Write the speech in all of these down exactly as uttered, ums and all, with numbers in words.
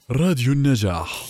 راديو النجاح.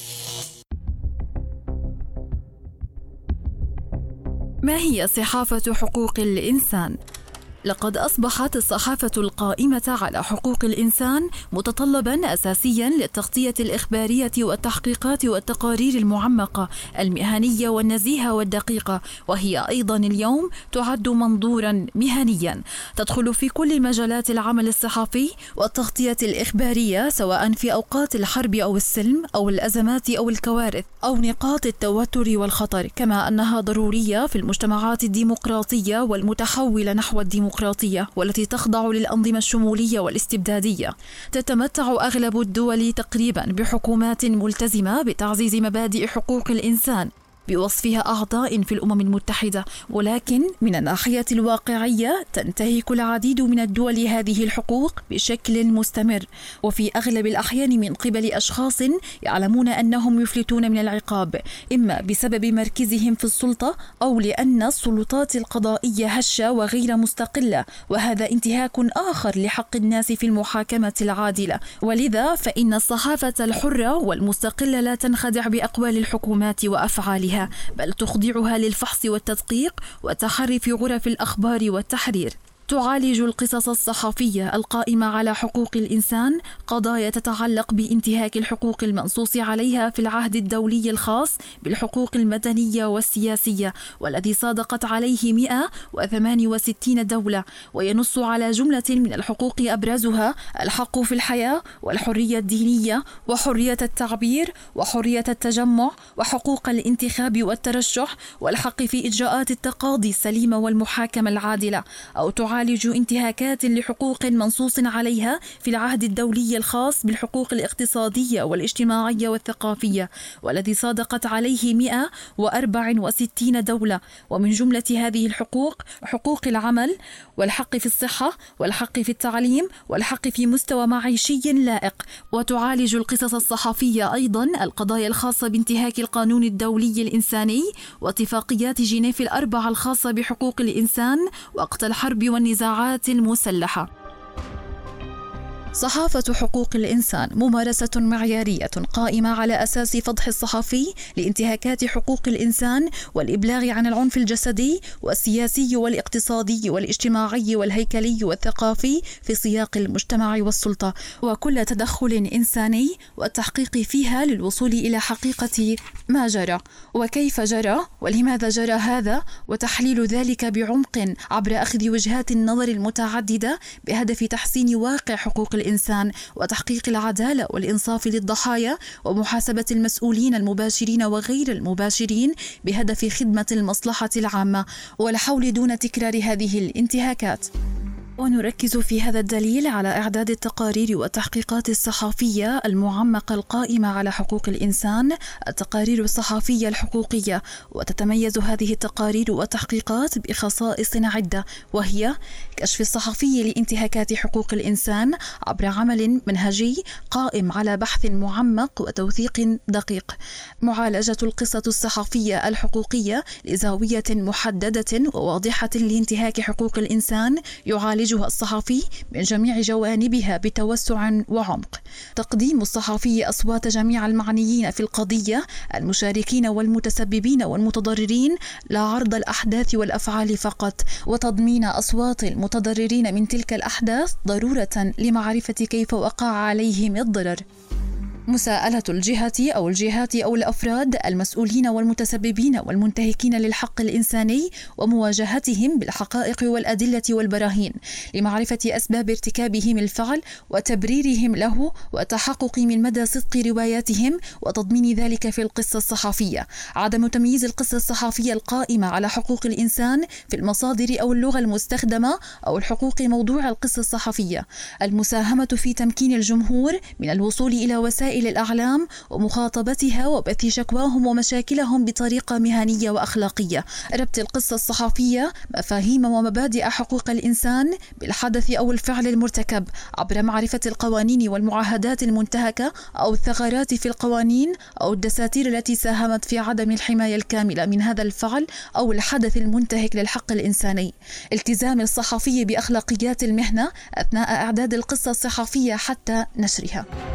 ما هي صحافة حقوق الإنسان؟ لقد أصبحت الصحافة القائمة على حقوق الإنسان متطلباً أساسياً للتغطية الإخبارية والتحقيقات والتقارير المعمقة المهنية والنزيهة والدقيقة، وهي أيضاً اليوم تعد منظوراً مهنياً تدخل في كل مجالات العمل الصحفي والتغطية الإخبارية، سواء في أوقات الحرب أو السلم أو الأزمات أو الكوارث أو نقاط التوتر والخطر، كما أنها ضرورية في المجتمعات الديمقراطية والمتحولة نحو الديمقراطية والتي تخضع للأنظمة الشمولية والاستبدادية. تتمتع أغلب الدول تقريبا بحكومات ملتزمة بتعزيز مبادئ حقوق الإنسان بوصفها أعضاء في الأمم المتحدة، ولكن من الناحية الواقعية تنتهك العديد من الدول هذه الحقوق بشكل مستمر، وفي أغلب الأحيان من قبل أشخاص يعلمون أنهم يفلتون من العقاب، إما بسبب مركزهم في السلطة أو لأن السلطات القضائية هشة وغير مستقلة، وهذا انتهاك آخر لحق الناس في المحاكمة العادلة. ولذا فإن الصحافة الحرة والمستقلة لا تنخدع بأقوال الحكومات وأفعالها، بل تخضعها للفحص والتدقيق والتحري في غرف الأخبار والتحرير. تعالج القصص الصحفية القائمة على حقوق الإنسان قضايا تتعلق بانتهاك الحقوق المنصوص عليها في العهد الدولي الخاص بالحقوق المدنية والسياسية، والذي صادقت عليه مئة وثمانية وستين دولة، وينص على جملة من الحقوق أبرزها الحق في الحياة والحرية الدينية وحرية التعبير وحرية التجمع وحقوق الانتخاب والترشح والحق في إجراءات التقاضي السليمة والمحاكمة العادلة، أو تعالج انتهاكات لحقوق منصوص عليها في العهد الدولي الخاص بالحقوق الاقتصادية والاجتماعية والثقافية، والذي صادقت عليه مئة وأربعة وستين دولة. ومن جملة هذه الحقوق حقوق العمل والحق في الصحة والحق في التعليم والحق في مستوى معيشي لائق. وتعالج القصص الصحفية أيضا القضايا الخاصة بانتهاك القانون الدولي الإنساني واتفاقيات جنيف الأربعة الخاصة بحقوق الإنسان وقت الحرب والنزاعات المسلحة. صحافة حقوق الإنسان ممارسة معيارية قائمة على أساس فضح الصحفي لانتهاكات حقوق الإنسان والإبلاغ عن العنف الجسدي والسياسي والاقتصادي والاجتماعي والهيكلي والثقافي في سياق المجتمع والسلطة، وكل تدخل إنساني والتحقيق فيها للوصول إلى حقيقة ما جرى وكيف جرى ولماذا جرى هذا، وتحليل ذلك بعمق عبر أخذ وجهات النظر المتعددة بهدف تحسين واقع حقوق الإنسان وتحقيق العدالة والإنصاف للضحايا ومحاسبة المسؤولين المباشرين وغير المباشرين بهدف خدمة المصلحة العامة والحول دون تكرار هذه الانتهاكات. ونركز في هذا الدليل على إعداد التقارير والتحقيقات الصحفية المعمقة القائمة على حقوق الإنسان، التقارير الصحفية الحقوقية. وتتميز هذه التقارير والتحقيقات بخصائص عدة، وهي كشف الصحفي لانتهاكات حقوق الإنسان عبر عمل منهجي قائم على بحث معمق وتوثيق دقيق، معالجة القصة الصحفية الحقوقية لزاوية محددة وواضحة لانتهاك حقوق الإنسان يعالج الصحفي من جميع جوانبها بتوسع وعمق، تقديم الصحفي أصوات جميع المعنيين في القضية المشاركين والمتسببين والمتضررين لا عرض الأحداث والأفعال فقط، وتضمين أصوات المتضررين من تلك الأحداث ضرورة لمعرفة كيف وقع عليهم الضرر، مساءلة الجهة أو الجهات أو الأفراد المسؤولين والمتسببين والمنتهكين للحق الإنساني ومواجهتهم بالحقائق والأدلة والبراهين لمعرفة أسباب ارتكابهم الفعل وتبريرهم له وتحقق من مدى صدق رواياتهم وتضمين ذلك في القصة الصحفية، عدم تمييز القصة الصحفية القائمة على حقوق الإنسان في المصادر أو اللغة المستخدمة أو الحقوق موضوع القصة الصحفية، المساهمة في تمكين الجمهور من الوصول إلى وسائل الأعلام ومخاطبتها وبث شكواهم ومشاكلهم بطريقة مهنية وأخلاقية، ربط القصة الصحفية مفاهيم ومبادئ حقوق الإنسان بالحدث أو الفعل المرتكب عبر معرفة القوانين والمعاهدات المنتهكة أو الثغرات في القوانين أو الدساتير التي ساهمت في عدم الحماية الكاملة من هذا الفعل أو الحدث المنتهك للحق الإنساني، التزام الصحفي بأخلاقيات المهنة أثناء إعداد القصة الصحفية حتى نشرها.